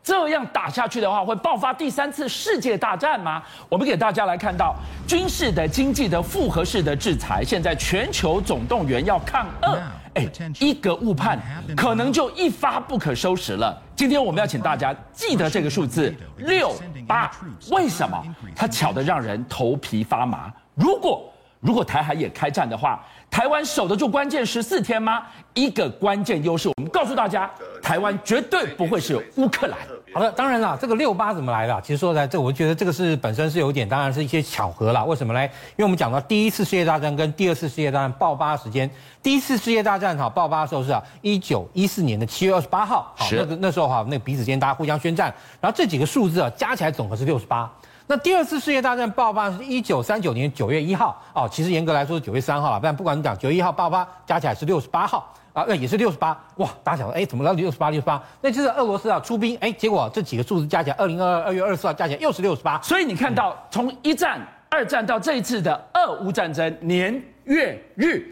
这样打下去的话，会爆发第3次世界大战吗？我们给大家来看到军事的、经济的、复合式的制裁，现在全球总动员要抗俄。一个误判，可能就一发不可收拾了。今天我们要请大家记得这个数字68，为什么？它巧得让人头皮发麻。如果台海也开战的话，台湾守得住关键14天吗？一个关键优势，我们告诉大家，台湾绝对不会是乌克兰。 好的，当然啦，这个68怎么来的？其实说实在，我觉得这个是本身是有点，当然是一些巧合啦。为什么呢？因为我们讲到第1次世界大战跟第2次世界大战爆发时间，第1次世界大战爆发的时候是1914年的7月28号，那时候那个彼此间大家互相宣战，然后这几个数字加起来总和是68。那第2次世界大战爆发是1939年9月1号，其实严格来说是9月3号了，但不管你讲9月1号爆发，加起来是68号。那也是68，哇！大家想说，怎么到68？那就是俄罗斯出兵，结果这几个数字加起来，2022 2月24号加起来又是68。 所以你看到从1战、2战到这一次的俄乌战争，年月日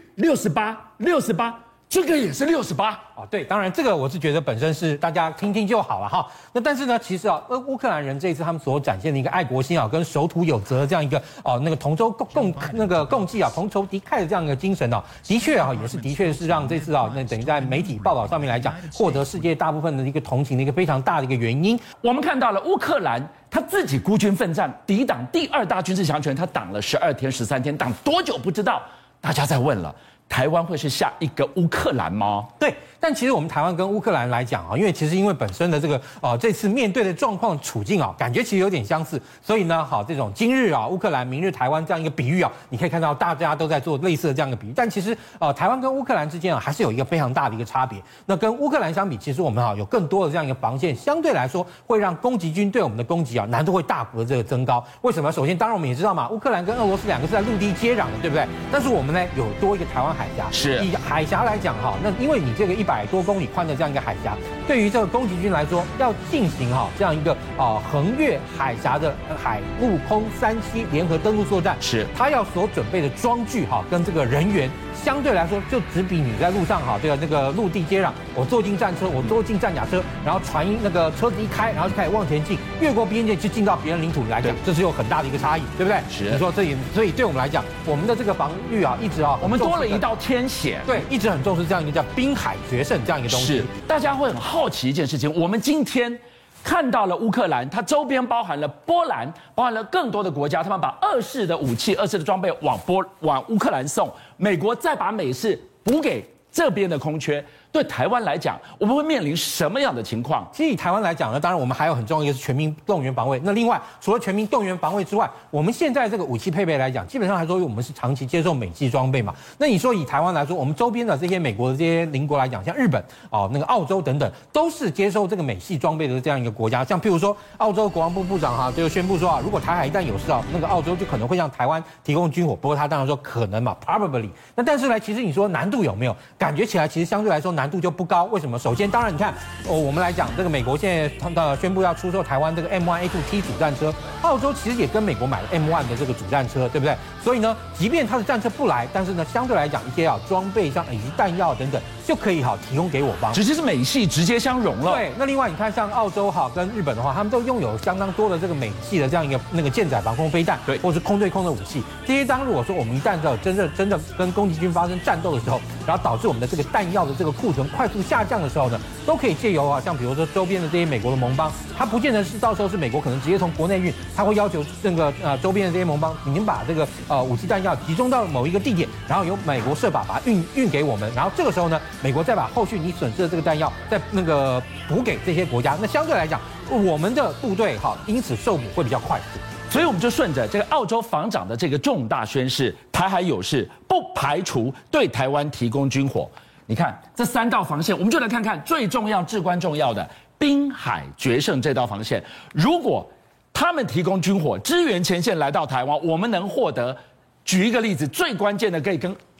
68，这个也是68。 对，当然这个我是觉得本身是大家听听就好了哈。那但是呢，其实乌克兰人这一次他们所展现的一个爱国心跟守土有责这样一个那个同舟共济同仇敌忾的这样一个精神的确的确是让这次那等于在媒体报道上面来讲，获得世界大部分的一个同情的一个非常大的一个原因。 我们看到了乌克兰他自己孤军奋战，抵挡第2大军事强权，他挡了12天、13天，挡多久不知道。大家在问了。台湾会是下一个乌克兰吗？ 对，但其实我们台湾跟乌克兰来讲因为本身的这个这次面对的状况处境感觉其实有点相似，所以呢这种今日乌克兰，明日台湾这样一个比喻你可以看到大家都在做类似的这样一个比喻，但其实台湾跟乌克兰之间还是有一个非常大的一个差别。那跟乌克兰相比，其实我们有更多的这样一个防线，相对来说会让攻击军对我们的攻击难度会大幅的这个增高。为什么？首先，当然我们也知道嘛，乌克兰跟俄罗斯两个是在陆地接壤的，对不对？但是我们呢有多一个台湾海峡， 是以海峡来讲那因为你这个100多公里宽的这样一个海峡，对于这个攻击军来说，要进行这样一个横越海峡的海陆空3栖联合登陆作战， 是他要所准备的装具跟这个人员。相对来说，就只比你在路上那个陆地接壤，我坐进战车，我坐进战甲车，然后船那个车子一开，然后就开始往前进，越过边界就进到别人领土来讲，这是有很大的一个差异，对不对？ 是。 你说所以对我们来讲，我们的这个防御一直我们多了一道天险， 对，一直很重视这样一个叫滨海决胜这样一个东西。 是，大家会很好奇一件事情，我们今天看到了乌克兰，它周边包含了波兰，包含了更多的国家，他们把俄式的武器、俄式的装备往乌克兰送，美国再把美式补给这边的空缺。对台湾来讲，我们会面临什么样的情况？ 其实以台湾来讲呢，当然我们还有很重要一个是全民动员防卫。那另外，除了全民动员防卫之外，我们现在这个武器配备来讲，基本上来说，我们是长期接受美系装备嘛。那你说以台湾来说，我们周边的这些美国的这些邻国来讲，像日本那个澳洲等等，都是接受这个美系装备的这样一个国家。像譬如说，澳洲国防部部长就宣布说如果台海一旦有事那个澳洲就可能会向台湾提供军火。不过他当然说可能嘛 ，probably。那但是呢，其实你说难度有没有？感觉起来其实相对来说难度就不高。为什么？首先，当然你看我们来讲这个美国现在宣布要出售台湾这个 M1A2T 主战车，澳洲其实也跟美国买了 M1 的这个主战车，对不对？所以呢，即便它的战车不来，但是呢，相对来讲一些装备上以及弹药等等就可以提供给我方， 直接是美系直接相融了。 对，那另外你看像澳洲跟日本的话，他们都拥有相当多的这个美系的这样一个那个舰载防空飞弹， 对， 或是空对空的武器。这些当如果说我们一旦真的跟攻击军发生战斗的时候，然后导致我们的这个弹药的这个库存快速下降的时候呢，都可以借由像比如说周边的这些美国的盟邦，它不见得是到时候是美国可能直接从国内运，它会要求那个周边的这些盟邦，你们把这个武器弹药集中到某一个地点，然后由美国设法把它运给我们，然后这个时候呢，美国再把后续你损失的这个弹药再那个补给这些国家，那相对来讲，我们的部队因此受补会比较快速。 所以我们就顺着这个澳洲防长的这个重大宣示，台海有事，不排除对台湾提供军火。你看这3道防线，我们就来看看最重要、至关重要的滨海决胜这道防线。如果他们提供军火支援前线来到台湾，我们能获得，举一个例子，最关键的可以跟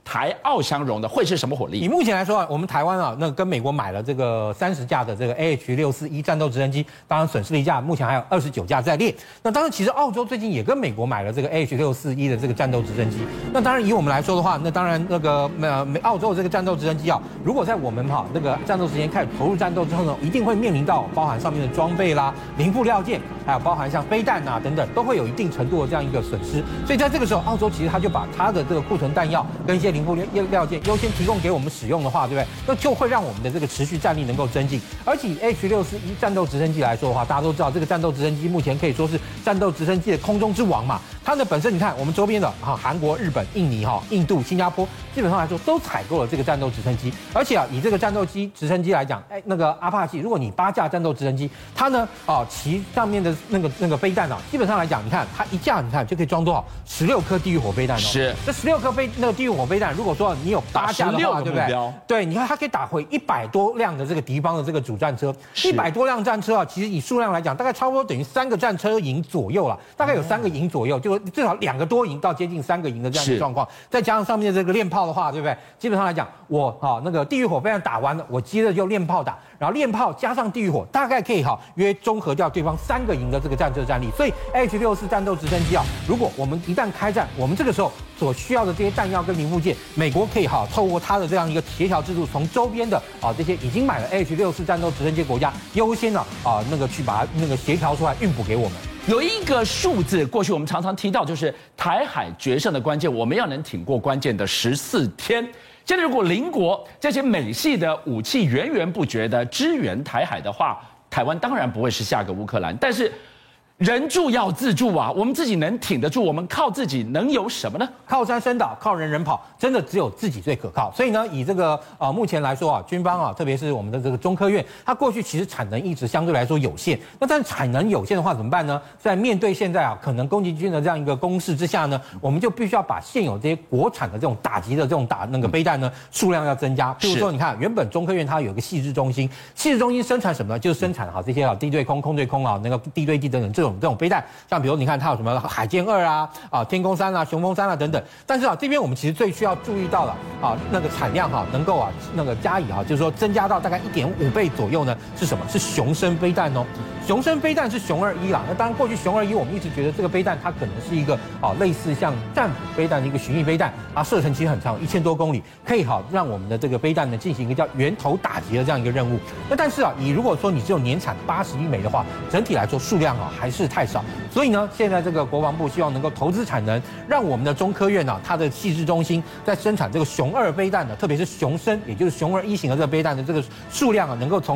台澳相容的会是什么火力？ 以目前来说啊，我们台湾啊，那跟美国买了这个30架的这个 AH-64E 战斗直升机，当然损失了1架，目前还有29架在列。那当然，其实澳洲最近也跟美国买了这个 AH-64E 的这个战斗直升机。那当然，以我们来说的话，那当然那个澳洲的这个战斗直升机啊，如果在我们那个战斗时间开始投入战斗之后呢，一定会面临到包含上面的装备啦、零副料件，还有包含像飞弹啊等等，都会有一定程度的这样一个损失。所以在这个时候，澳洲其实它就把它的这个库存弹药跟一些零副料件优先提供给我们使用的话，对不对？那就会让我们的这个持续战力能够增进。而且以 H-61战斗直升机来说的话，大家都知道这个战斗直升机目前可以说是战斗直升机的空中之王嘛。它的本身你看，我们周边的韩国、日本、印尼、印度、新加坡，基本上来说都采购了这个战斗直升机。而且以这个战斗直升机来讲，那个阿帕奇，如果你8架战斗直升机，它呢其上面的那个飞弹基本上来讲，你看它一架，你看就可以装多少？16颗地狱火飞弹是， 这16颗那个地狱火飞弹，如果说你有8架的话，对不对？对，你看它可以打回100多辆的这个敌方的这个主战车，100多辆战车其实以数量来讲，大概差不多等于3个战车营左右了，大概有3个营左右，就至少2个多营到接近3个营的这样一个状况。再加上上面的这个练炮的话，对不对？基本上来讲，我那个地狱火飞弹打完了，我接着就练炮打，然后练炮加上地狱火，大概可以约综合掉对方3个营的这个战车战力。所以 H-64战斗直升机如果我们一旦开战，我们这个时候所需要的这些弹药跟零部件，美国可以透过它的这样一个协调制度，从周边的这些已经买了 H-64战斗直升机国家优先去把它协调出来运补给我们。 有一个数字，过去我们常常提到，就是台海决胜的关键，我们要能挺过关键的14天。现在如果邻国这些美系的武器源源不绝的支援台海的话，台湾当然不会是下个乌克兰，但是人助要自助啊，我们自己能挺得住，我们靠自己能有什么呢？ 靠山山倒，靠人人跑，真的只有自己最可靠。所以呢，以这个目前来说军方特别是我们的这个中科院，它过去其实产能一直相对来说有限。那但是产能有限的话怎么办呢？在面对现在可能攻击军的这样一个攻势之下呢，我们就必须要把现有这些国产的这种打击的这种飞弹呢数量要增加。譬如说，你看原本中科院它有一个细致中心，细致中心生产什么呢？就是生产这些地对空、空对空那个地对地等等这种飞弹，像比如你看它有什么海剑2天空3雄风3等等。但是这边我们其实最需要注意到了那个产量能够加以就是说增加到大概1.5倍左右呢，是什么？是雄升飞弹哦。雄升飞弹是雄21啦。那当然过去雄21我们一直觉得这个飞弹它可能是一个类似像战斧飞弹的一个巡弋飞弹，它射程其实很长，1000多公里，可以让我们的这个飞弹呢进行一个叫源头打击的这样一个任务。那但是如果说你只有年产81枚的话，整体来说数量还是太少。所以呢，现在这个国防部希望能够投资产能，让我们的中科院它的细致中心在生产这个雄2飞弹特别是雄升，也就是雄21型的这个飞弹的这个数量能够从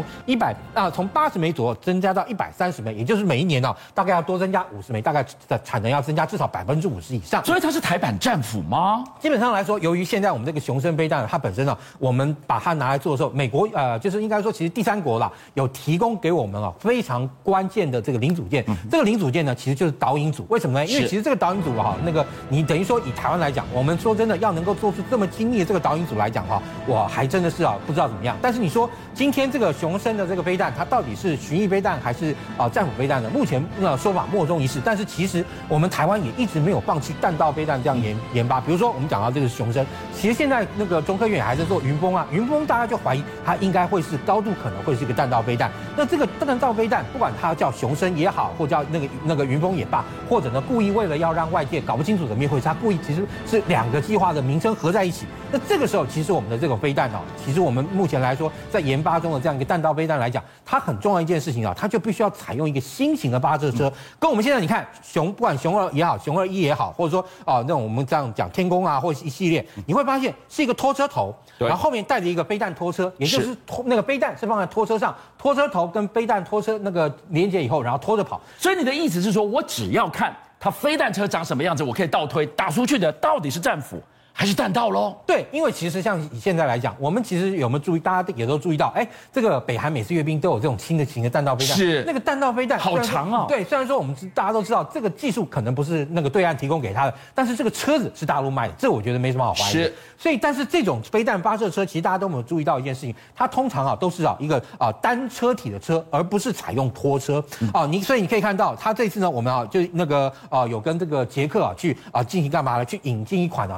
80枚左右增加到130枚，也就是每一年大概要多增加50枚，大概的产能要增加至少50%以上。 所以它是台版战斧吗？ 基本上来说，由于现在我们这个雄升飞弹它本身我们把它拿来做的时候，美国就是应该说其实第三国啦，有提供给我们非常关键的这个零组件。这个零组件呢，其实就是导引组。为什么呢？因为其实这个导引组你等于说以台湾来讲，我们说真的要能够做出这么精密的这个导引组来讲我还真的是不知道怎么样。但是你说今天这个雄升的这个飞弹，它到底是巡弋飞弹还是战斧飞弹呢？目前说法莫衷一是。但是其实我们台湾也一直没有放弃弹道飞弹这样研发。比如说我们讲到这个雄升，其实现在那个中科院还在做云峰云峰大家就怀疑它应该会是高度可能会是一个弹道飞弹。那这个弹道飞弹不管它叫雄升也好，或叫那个云峰也罢，或者呢故意为了要让外界搞不清楚怎么一回事，它故意其实是2个计划的名称合在一起。那这个时候其实我们的这个飞弹其实我们目前来说在研发中的这样一个弹道飞弹来讲，它很重要一件事情它就必须要采用一个新型的巴士车，跟我们现在你看不管雄2也好，雄21也好，或者说那种我们这样讲天宫或者一系列，你会发现是一个拖车头，然后后面带着一个飞弹拖车，也就是那个飞弹是放在拖车上，拖车头跟飞弹拖车那个连接以后，然后拖着跑。 所以你的意思是说，我只要看它飞弹车长什么样子，我可以倒推打出去的到底是战斧还是弹道咯？ 对，因为其实像以现在来讲，我们其实有没有注意？大家也都注意到，这个北韩每次阅兵都有这种轻型的弹道飞弹， 是那个弹道飞弹好长对，虽然说我们大家都知道这个技术可能不是那个对岸提供给他的，但是这个车子是大陆卖的，这我觉得没什么好怀疑的。 是， 所以但是这种飞弹发射车，其实大家都没有注意到一件事情，它通常都是一个单车体的车，而不是采用拖车所以你可以看到，它这次呢，我们就那个有跟这个捷克去进行干嘛呢？去引进一款那个捷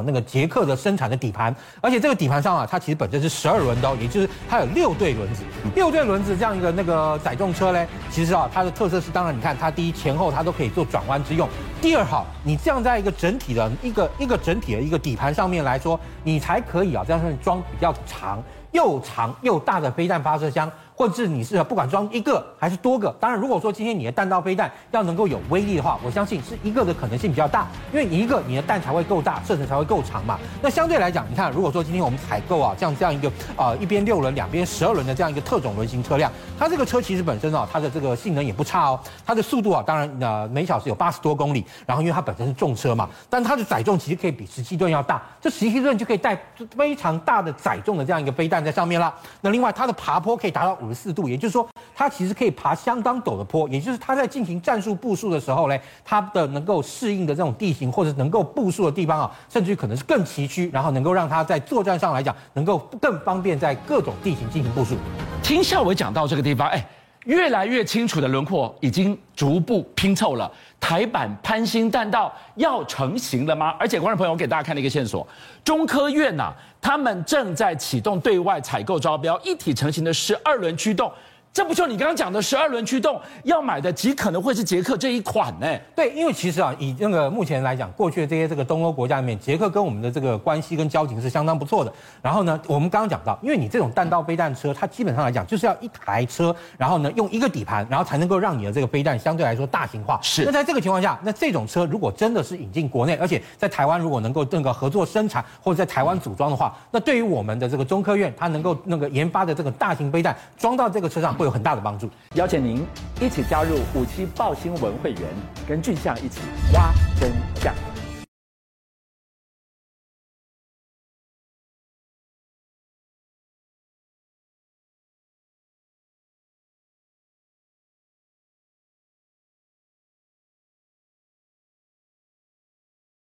克的生产的底盘，而且这个底盘上啊，它其实本身是12轮的哦，也就是它有6对轮子，6对轮子这样一个那个载重车嘞，其实啊，它的特色是，当然你看它第一前后它都可以做转弯之用，第二好，你这样在一个整体的一个整体的一个底盘上面来说，你才可以啊，这样上面装比较长又大的飞弹发射箱。或者是你是不管装一个还是多个，当然如果说今天你的弹道飞弹要能够有威力的话，我相信是一个的可能性比较大，因为你一个你的弹才会够大，射程才会够长嘛。那相对来讲，你看如果说今天我们采购啊这样一个一边6轮两边12轮的这样一个特种轮型车辆，它这个车其实本身啊它的这个性能也不差哦，它的速度啊当然每小时有80多公里，然后因为它本身是重车嘛，但它的载重其实可以比17吨要大，这17吨就可以带非常大的载重的这样一个飞弹在上面啦。那另外它的爬坡可以达到54度，也就是说，它其实可以爬相当陡的坡，也就是它在进行战术部署的时候呢，它的能够适应的这种地形或者能够部署的地方啊，甚至于可能是更崎岖，然后能够让它在作战上来讲，能够更方便在各种地形进行部署。 听孝瑋讲到这个地方，越来越清楚的轮廓已经逐步拼凑了。台版潘兴弹道要成型了吗？而且，观众朋友，我给大家看了一个线索，中科院他们正在启动对外采购招标，一体成型的12轮驱动。这不就你刚刚讲的12轮驱动要买的极可能会是捷克这一款呢？ 对，因为其实啊，以那个目前来讲，过去的这个东欧国家里面，捷克跟我们的这个关系跟交情是相当不错的。然后呢，我们刚刚讲到，因为你这种弹道飞弹车，它基本上来讲就是要一台车，然后呢用一个底盘，然后才能够让你的这个飞弹相对来说大型化。 是。 那在这个情况下，那这种车如果真的是引进国内，而且在台湾如果能够那个合作生产或者在台湾组装的话，那对于我们的这个中科院，它能够那个研发的这个大型飞弹装到这个车上，会有很大的帮助。 邀请您一起加入57爆新闻会员，跟俊相一起挖真相。